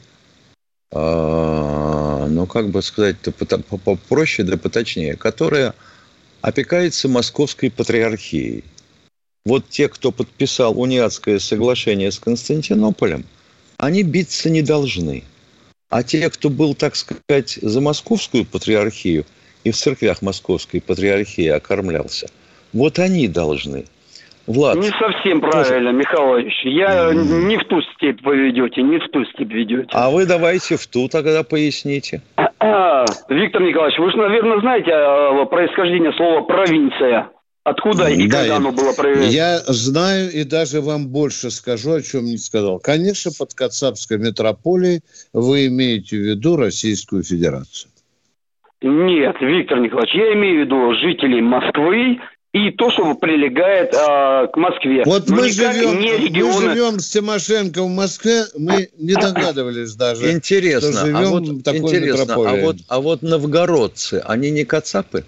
А, ну, как бы сказать-то попроще, да поточнее, которая опекается Московской патриархией. Вот те, кто подписал Униатское соглашение с Константинополем, они биться не должны. А те, кто был, так сказать, за Московскую патриархию и в церквях Московской патриархии окормлялся, вот они должны. Влад. Не совсем правильно, тоже... Михаил Ильич. Я mm. не в ту степь вы ведете, не в ту степь ведете. А вы давайте в ту тогда поясните. А, Виктор Николаевич, вы же, наверное, знаете происхождение слова «провинция». Откуда и да, когда оно было проявлено? Я знаю и даже вам больше скажу, о чем не сказал. Конечно, под Кацапской метрополией вы имеете в виду Российскую Федерацию. Нет, Виктор Николаевич, я имею в виду жителей Москвы, и то, что прилегает а, к Москве. Вот мы живем, регионы... мы живем с Тимошенко в Москве, мы не догадывались даже, интересно, что живем а вот, в такой интересно, метрополии. А вот, а вот новгородцы, они не кацапы?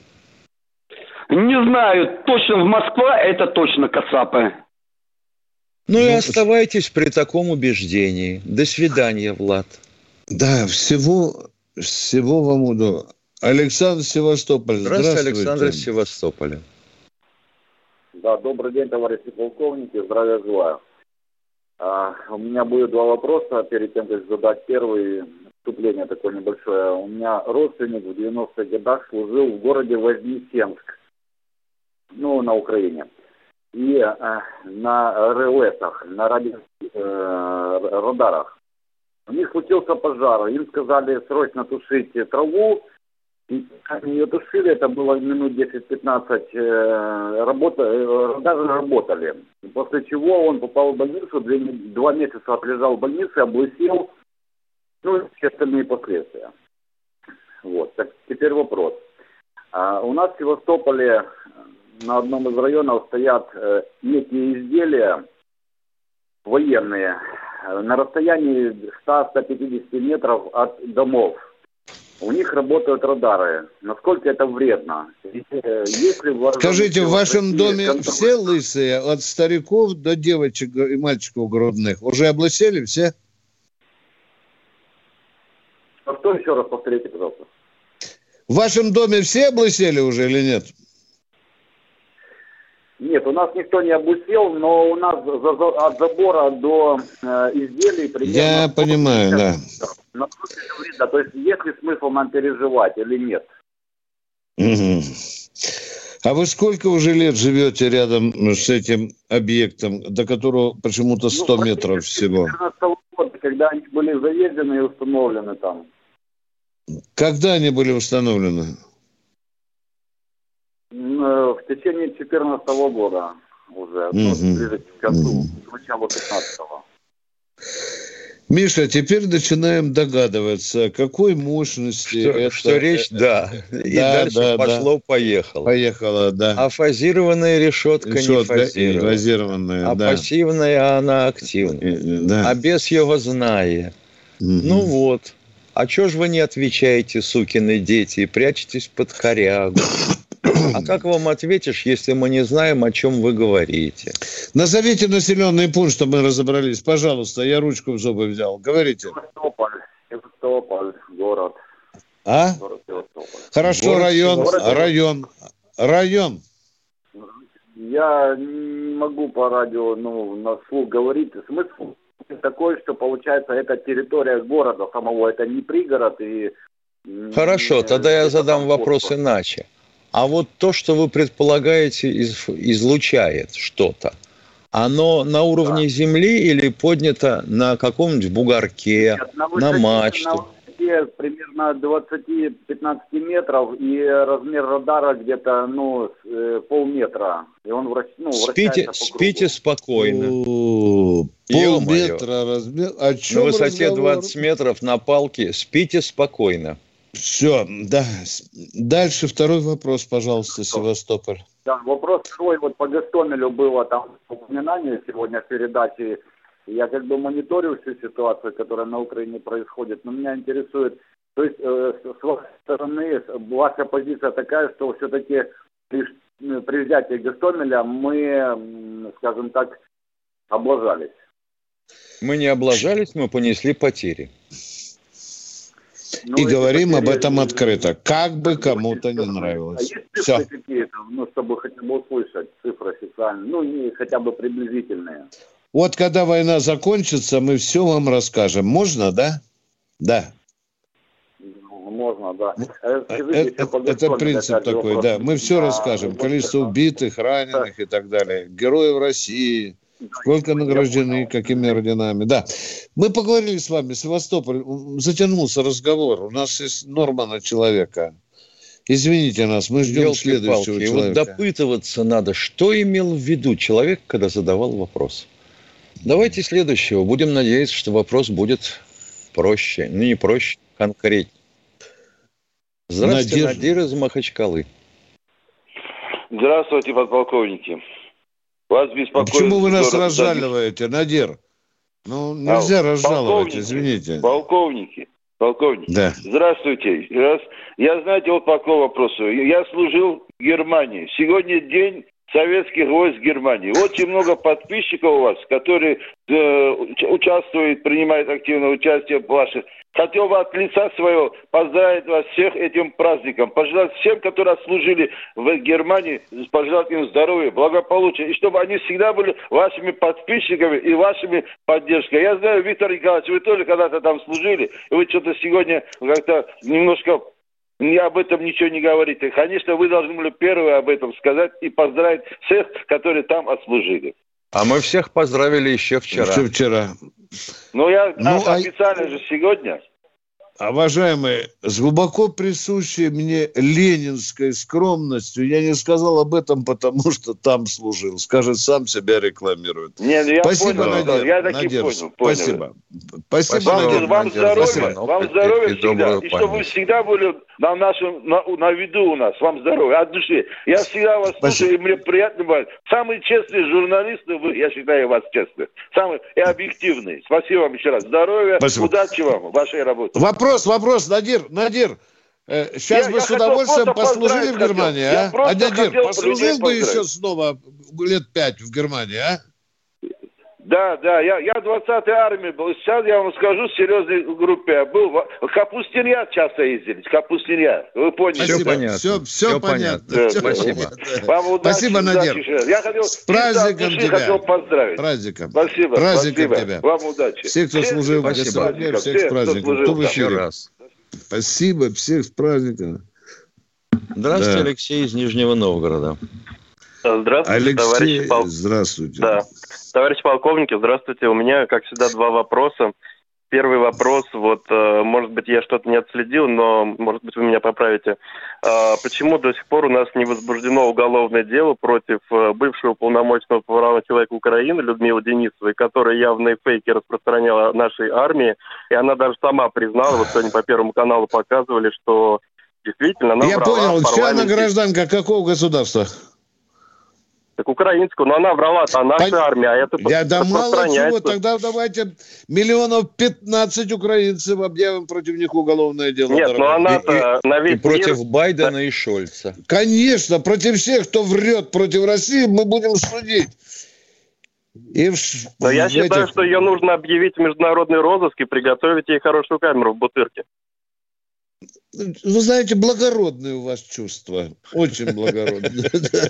Не знаю, точно в Москва это точно кацапы. Ну, ну и оставайтесь при таком убеждении. До свидания, Влад. Да, всего, всего вам удобно. Александр Севастополь. Здравствуйте, Здравствуйте, Александр из Севастополя. Да, добрый день, товарищи полковники, здравия желаю. А, у меня будет два вопроса перед тем, как задать первый. Вступление такое небольшое. У меня родственник в девяностых годах служил в городе Вознесенск, ну, на Украине. И а, на РЛСах, на ради, э, радарах. У них случился пожар. Им сказали срочно тушить траву. И они ее тушили, это было минут десять-пятнадцать, э, работа, э, даже работали. После чего он попал в больницу, две, два месяца отлежал в больнице, облысел, ну и все остальные последствия. Вот, так теперь вопрос. А у нас в Севастополе на одном из районов стоят э, некие изделия военные э, на расстоянии сто-сто пятьдесят метров от домов. У них работают радары. Насколько это вредно? Если в Скажите, в вашем доме контроль... все лысые, от стариков до девочек и мальчиков грудных, уже облысели все? А что еще раз повторите, пожалуйста? В вашем доме все облысели уже или нет? Нет, у нас никто не облысел, но у нас от забора до э, изделий примерно... Я понимаю, да. Насколько это вредно? То есть есть ли смысл нам переживать или нет? Угу. А вы сколько уже лет живете рядом с этим объектом, до которого почему-то сто ну, метров всего? Года, когда они были заезжены и установлены там. Когда они были установлены? В течение четырнадцатого года уже, угу. ближе к концу, к началу пятнадцатого. Миша, теперь начинаем догадываться, о какой мощности что, это... Что речь, да. И да, дальше да, пошло-поехало. Да. Поехало, да. А фазированная решетка, решетка не фазированная. фазированная а да. пассивная, она активная. Да. А без его знания. Угу. Ну вот. А чё ж вы не отвечаете, сукины дети, и прячетесь под корягу? А как вам ответишь, если мы не знаем, о чем вы говорите? Назовите населенный пункт, чтобы мы разобрались. Пожалуйста, я ручку в зубы взял. Говорите. Севастополь. Севастополь, город. А? Город Севастополь. Хорошо, город, район, город, район, район. Я не могу по радио, ну, на слух говорить. Смысл такой, что, получается, это территория города самого, это не пригород. И Хорошо, тогда я задам вопрос иначе. А вот то, что вы предполагаете, из, излучает что-то, оно на уровне да. земли или поднято на каком-нибудь бугорке, Нет, на, высоте, на мачту? На высоте примерно двадцать-пятнадцать метров, и размер радара где-то ну, полметра. И он врач, ну, спите, спите спокойно. Полметра размер. О чем на высоте разговор? двадцать метров на палке. Спите спокойно. Все, да. Дальше второй вопрос, пожалуйста, Севастополь. Да, вопрос второй. Вот по Гастомелю было там упоминание сегодня в передаче. Я как бы мониторю всю ситуацию, которая на Украине происходит. Но меня интересует, то есть э, с вашей стороны, ваша позиция такая, что все-таки при, при взятии Гастомеля мы, скажем так, облажались. Мы не облажались, мы понесли потери. Ну, и говорим об этом открыто, как бы кому-то не нравилось. А есть цифры какие-то, ну, чтобы хотя бы услышать цифры официальные, ну, не хотя бы приблизительные? Вот когда война закончится, мы все вам расскажем. Можно, да? Да. Можно, да. Скажите, это, это принцип такой, да. Мы все расскажем. Количество убитых, раненых и так далее. Героев России. Сколько награждены, какими орденами. Да. Мы поговорили с вами, Севастополь. Затянулся разговор. У нас есть норма на человека. Извините нас, мы ждем Елки следующего палки. человека. И вот допытываться надо, что имел в виду человек, когда задавал вопрос. Давайте следующего. Будем надеяться, что вопрос будет проще. Ну, не проще, конкретнее. Здравствуйте, Надир, Надир из Махачкалы. Здравствуйте, подполковники. Вас беспокоит... Почему вы нас разжаливаете, Надир? Ну, нельзя а, разжаловать, извините. Полковники, полковники. Да. Здравствуйте. Раз, я, знаете, вот по какому вопросу. Я служил в Германии. Сегодня день советских войск в Германии. Очень много подписчиков у вас, которые э, участвуют, принимают активное участие в ваших. Хотел бы от лица своего поздравить вас всех этим праздником. Пожелать всем, которые служили в Германии, пожелать им здоровья, благополучия. И чтобы они всегда были вашими подписчиками и вашими поддержкой. Я знаю, Виктор Николаевич, вы тоже когда-то там служили. И вы что-то сегодня как-то немножко не об этом ничего не говорите. Конечно, вы должны были первые об этом сказать и поздравить всех, которые там отслужили. А мы всех поздравили еще вчера. Еще вчера. Ну, я ну, официально а... же сегодня. Уважаемые, с глубоко присущей мне ленинской скромностью, я не сказал об этом, потому что там служил. Скажет, сам себя рекламирует. Нет, я спасибо, понял, Надир. я таки Надир, понял. Спасибо. Спасибо, вам, Надир. Вам здоровья, спасибо. вам здоровья всегда. И чтобы вы всегда были на нашем, на, на виду у нас. Вам здоровья, от души. Я всегда вас спасибо. слушаю, и мне приятно бывает. Самые честные журналисты вы, я считаю вас честными. Самые и объективные. Спасибо вам еще раз. Здоровья, спасибо. Удачи вам в вашей работе. Вопрос, вопрос, Надир, Надир. Э, сейчас я, бы я с удовольствием послужили в Германии, а? А, Надир, послужил бы еще снова лет пять в Германии, а? Да, да, я, я в двадцатой армии был. Сейчас я вам скажу, в серьезной группе я был. В Капустиньяр часто ездили. Капустиньяр. Вы поняли? Все да? понятно. Все, все, все понятно. Да, все спасибо. понятно. Вам удачи, спасибо, Надир. Я хотел, с праздником тебя. Хотел поздравить. Праздником. Спасибо. Праздником спасибо. тебя. Вам удачи. Всех, кто всех служил в ГСРГ, всех с праздником. Кто еще раз. Спасибо, всех с праздником. Здравствуйте, да. Алексей из Нижнего Новгорода. Здравствуйте, Алексей, товарищ полковник. Здравствуйте. Да. Товарищ полковники, здравствуйте. У меня, как всегда, два вопроса. Первый вопрос, вот, э, может быть, я что-то не отследил, но, может быть, вы меня поправите. Э, почему до сих пор у нас не возбуждено уголовное дело против э, бывшего уполномоченного по правам человека Украины Людмилы Денисовой, которая явные фейки распространяла нашей армии, и она даже сама признала, вот сегодня по Первому каналу показывали, что действительно она Я врала понял, в вся она парламенте. гражданка какого государства? Так украинскую, но она врала-то, а наша Пон- армия, а это Я да мало чего, распространяется. тогда давайте миллионов пятнадцать украинцев объявим против них уголовное дело. Нет, дорогой. но она-то на весь И против мир... Байдена и Шольца. Конечно, против всех, кто врет против России, мы будем судить. И в, Но я в считаю, этих- что ее нужно объявить в международный розыск и приготовить ей хорошую камеру в Бутырке. Вы знаете, благородные у вас чувства. Очень благородные.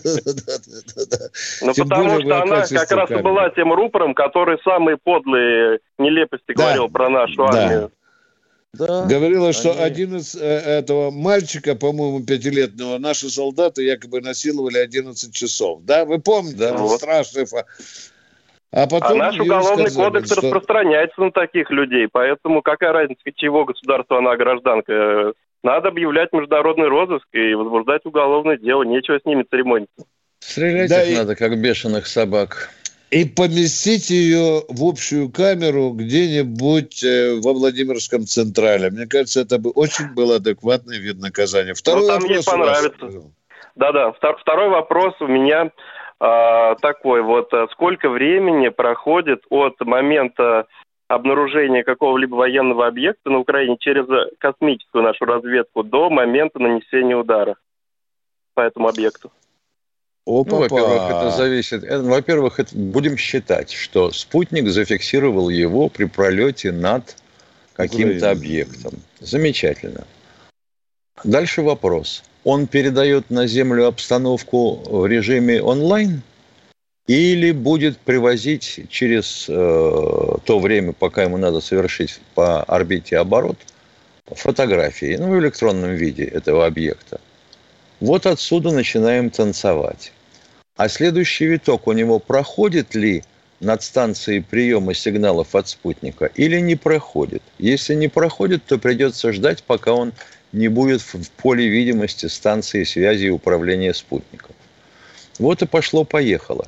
Ну, Тем потому более вы что она окажетесь как раз и камерой. была тем рупором, который самые подлые нелепости говорил про нашу да. армию. Да, Говорила, что они- один из э, этого мальчика, по-моему, пятилетнего, наши солдаты якобы насиловали одиннадцать часов. Да, вы помните? Да. Это Вот. страшный факт. А потом А наш ей уголовный сказали, кодекс что- распространяется на таких людей, поэтому какая разница, чьего государства она гражданка? Надо объявлять международный розыск и возбуждать уголовное дело, нечего с ними церемониться. Стрелять Да их и- надо, как бешеных собак. И поместить ее в общую камеру где-нибудь э, во Владимирском Централе. Мне кажется, это бы очень был адекватный вид наказания. Второй Ну, там ей вопрос у вас. понравится. Да-да, Втор- второй вопрос у меня а, такой вот. А Сколько времени проходит от момента обнаружения какого-либо военного объекта на Украине через космическую нашу разведку до момента нанесения удара по этому объекту? Ну, во-первых, это зависит. э, Во-первых, это, будем считать, что спутник зафиксировал его при пролете над каким-то Украина. объектом. Замечательно. Дальше вопрос. Он передает на Землю обстановку в режиме онлайн или будет привозить через э, то время, пока ему надо совершить по орбите оборот, фотографии, ну, в электронном виде этого объекта. Вот отсюда начинаем танцевать. А следующий виток у него проходит ли над станцией приема сигналов от спутника или не проходит? Если не проходит, то придется ждать, пока он не будет в поле видимости станции связи и управления спутником. Вот и пошло-поехало.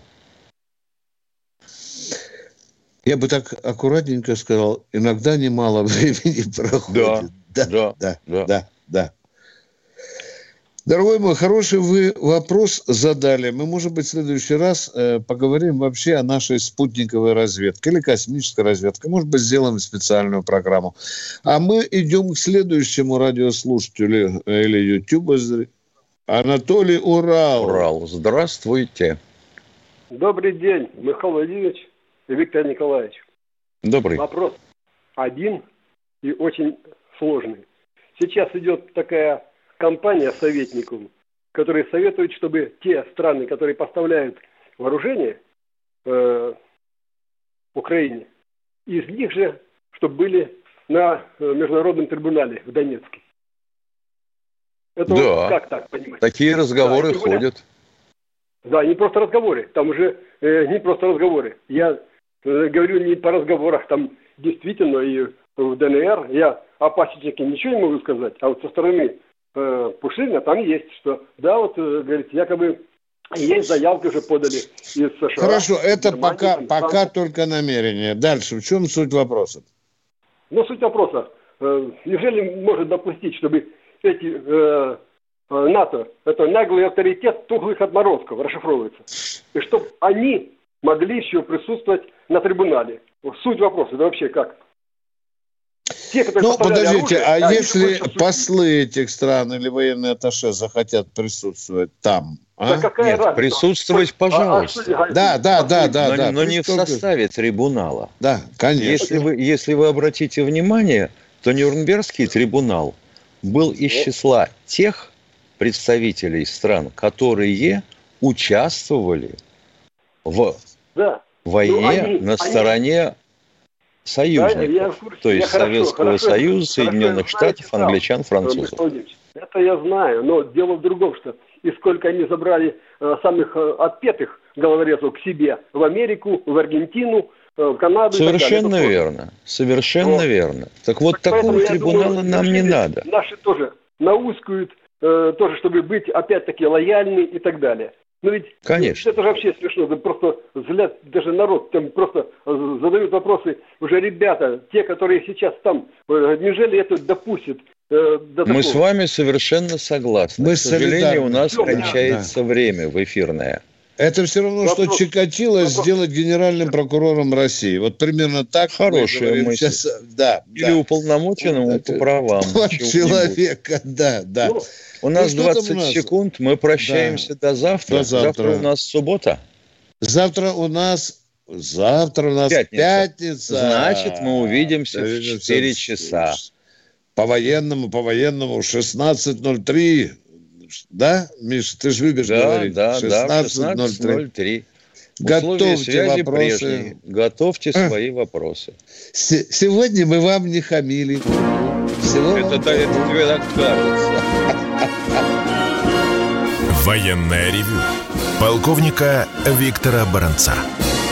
Я бы так аккуратненько сказал, иногда немало времени проходит. Да, да, да, да, да, да. Дорогой мой, хороший вы вопрос задали. Мы, может быть, в следующий раз э, поговорим вообще о нашей спутниковой разведке или космической разведке. Может быть, сделаем специальную программу. А мы идем к следующему радиослушателю э, или ютуба. Анатолий Урал. Урал, здравствуйте. Добрый день, Михаил Владимирович и Виктор Николаевич. Добрый. Вопрос один и очень сложный. Сейчас идет такая кампания советников, которые советуют, чтобы те страны, которые поставляют вооружение э, Украине, из них же, чтобы были на э, международном трибунале в Донецке. Это Да. вот как так понимать? Такие разговоры Да, и тем более- ходят. Да, не просто разговоры. Там уже э, не просто разговоры. Я э, говорю не по разговорах. Там действительно и в ДНР я о пасечнике ничего не могу сказать. А вот со стороны э, Пушилина там есть, что да, вот, э, говорит, якобы есть заявки уже подали из США. Хорошо, это Германии, пока, там, пока там. только намерение. Дальше, в чем суть вопроса? Но суть вопроса. Э, неужели может допустить, чтобы эти э, э, НАТО, это наглый авторитет тухлых отморозков, расшифровывается, и чтобы они могли еще присутствовать на трибунале? Вот суть вопроса, это вообще как? Те, которые Ну, поставляли подождите, оружие, а они если хотят судить. послы этих стран или военные атташе захотят присутствовать там? А? Да какая Нет, разница? присутствовать, А- а пожалуйста. что делать? Да, да, да, да, но, да. но не в Пусть только- составе трибунала. Да, конечно. Если вы, если вы обратите внимание, то Нюрнбергский трибунал был из числа тех представителей стран, которые участвовали в Да. войне Ну, они- на они- стороне союзников, Да, я в курсе. то Я есть хорошо, Советского хорошо, Союза, хорошо, Соединенных я Штатов, читал, англичан, э, французов. Михаил Владимирович, это я знаю, но дело в другом, что и сколько они забрали э, самых э, отпетых головорезов к себе в Америку, в Аргентину, в Канаду. Совершенно и так верно. Совершенно вот. верно. Так вот, Поэтому такого трибунала думаю, нам не надо. Наши тоже наускают, э, тоже, чтобы быть, опять-таки, лояльны и так далее. Но ведь Конечно. это же вообще смешно. Это просто злят даже народ. Там просто задают вопросы уже ребята, те, которые сейчас там. Неужели это допустят? Э, до Мы такого? с вами совершенно согласны. Мы К сожалению, у нас да, кончается да. время в эфирное. Это все равно, вопрос, что Чикатило вопрос. сделать генеральным прокурором России. Вот примерно так. Хорошая мысль. Сейчас, да, Или да. уполномоченному это по правам. Человека, да, да. Ну, у нас ну, двадцать у нас? секунд, мы прощаемся да. до завтра. До завтра. Завтра у нас суббота. Завтра у нас... Завтра у нас пятница. пятница. Значит, мы увидимся в четыре часа. По военному, по военному, шестнадцать ноль три. Да, Миша, ты же любишь да, говорить. Да, да, шестнадцать ноль три. Готовьте вопросы. Прежние. Готовьте а. свои вопросы. С- сегодня мы вам не хамили. Всего это, да, это тебе так кажется. Военное ревю полковника Виктора Баранца.